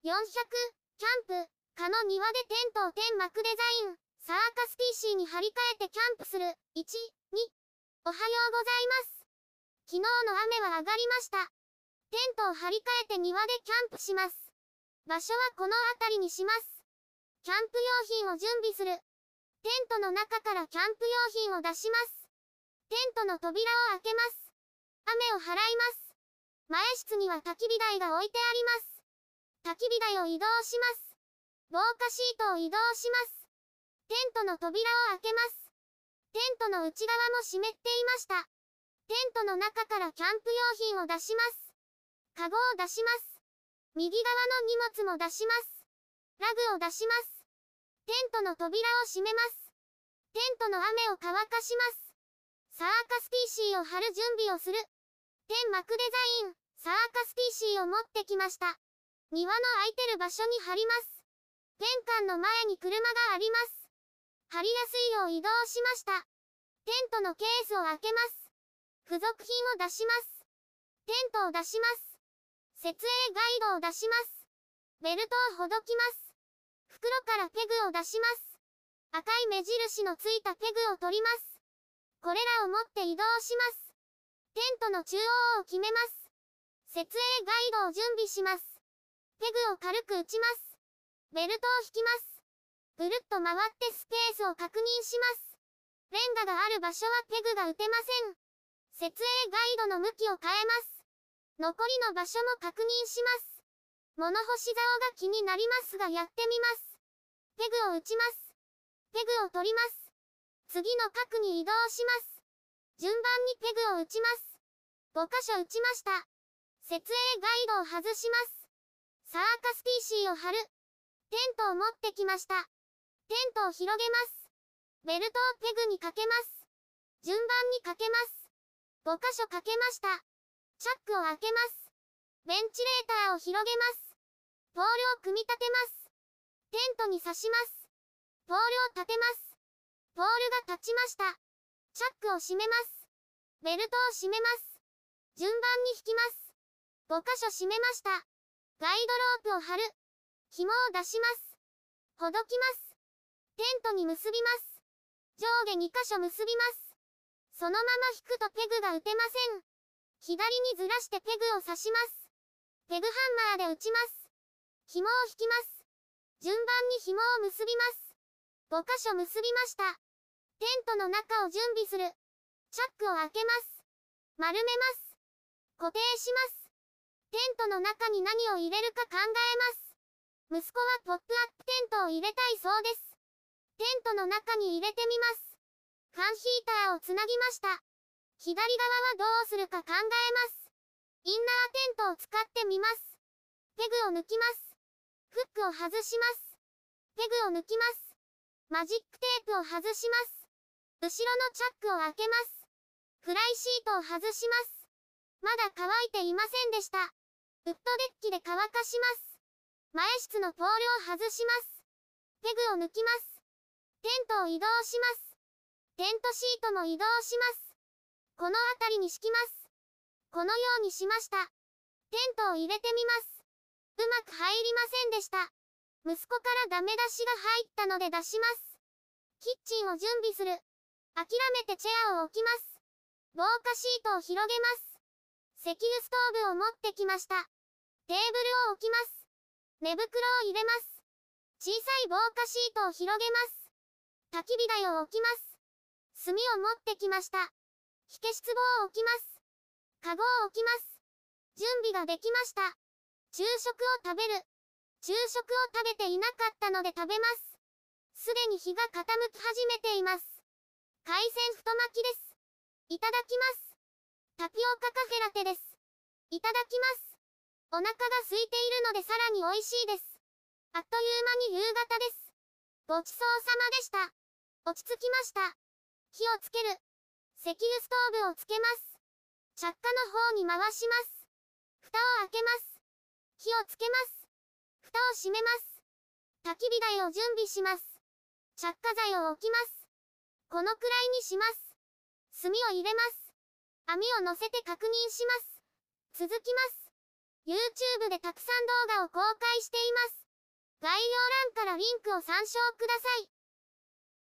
400、キャンプ、蚊の庭でテントを天幕デザイン、サーカス TC に張り替えてキャンプする、1、2。おはようございます。昨日の雨は上がりました。テントを張り替えて庭でキャンプします。場所はこの辺りにします。キャンプ用品を準備する。テントの中からキャンプ用品を出します。テントの扉を開けます。雨を払います。前室には焚き火台が置いてあります。焚き火台を移動します。防火シートを移動します。テントの扉を開けます。テントの内側も湿っていました。テントの中からキャンプ用品を出します。カゴを出します。右側の荷物も出します。ラグを出します。テントの扉を閉めます。テントの雨を乾かします。サーカス TC を貼る準備をする。天幕デザイン、サーカス TC を持ってきました。庭の空いてる場所に貼ります。玄関の前に車があります。貼りやすいよう移動しました。テントのケースを開けます。付属品を出します。テントを出します。設営ガイドを出します。ベルトをほどきます。袋からペグを出します。赤い目印のついたペグを取ります。これらを持って移動します。テントの中央を決めます。設営ガイドを準備します。ペグを軽く打ちます。ベルトを引きます。ぐるっと回ってスペースを確認します。レンガがある場所はペグが打てません。設営ガイドの向きを変えます。残りの場所も確認します。物干し竿が気になりますがやってみます。ペグを打ちます。ペグを取ります。次の角に移動します。順番にペグを打ちます。5箇所打ちました。設営ガイドを外します。サーカス TC を貼る。テントを持ってきました。テントを広げます。ベルトをペグにかけます。順番にかけます。5箇所かけました。チャックを開けます。ベンチレーターを広げます。ポールを組み立てます。テントに刺します。ポールを立てます。ポールが立ちました。チャックを閉めます。ベルトを閉めます。順番に引きます。5箇所閉めました。ガイドロープを張る。紐を出します。ほどきます。テントに結びます。上下2箇所結びます。そのまま引くとペグが打てません。左にずらしてペグを刺します。ペグハンマーで打ちます。紐を引きます。順番に紐を結びます。5箇所結びました。テントの中を準備する。チャックを開けます。丸めます。固定します。テントの中に何を入れるか考えます。息子はポップアップテントを入れたいそうです。テントの中に入れてみます。ファンヒーターをつなぎました。左側はどうするか考えます。インナーテントを使ってみます。ペグを抜きます。フックを外します。ペグを抜きます。マジックテープを外します。後ろのチャックを開けます。フライシートを外します。まだ乾いていませんでした。ウッドデッキで乾かします。前室のポールを外します。ペグを抜きます。テントを移動します。テントシートも移動します。この辺りに敷きます。このようにしました。テントを入れてみます。うまく入りませんでした。息子からダメ出しが入ったので出します。キッチンを準備する。諦めてチェアを置きます。防火シートを広げます。石油ストーブを持ってきました。テーブルを置きます。寝袋を入れます。小さい防火シートを広げます。焚き火台を置きます。炭を持ってきました。火消し壺を置きます。カゴを置きます。準備ができました。昼食を食べる。昼食を食べていなかったので食べます。すでに日が傾き始めています。海鮮太巻きです。いただきます。タピオカカフェラテです。いただきます。お腹が空いているのでさらに美味しいです。あっという間に夕方です。ごちそうさまでした。落ち着きました。火をつける。石油ストーブをつけます。着火の方に回します。蓋を開けます。火をつけます。蓋を閉めます。焚き火台を準備します。着火剤を置きます。このくらいにします。炭を入れます。網を乗せて確認します。続きます。 YouTube でたくさん動画を公開しています。概要欄からリンクを参照ください。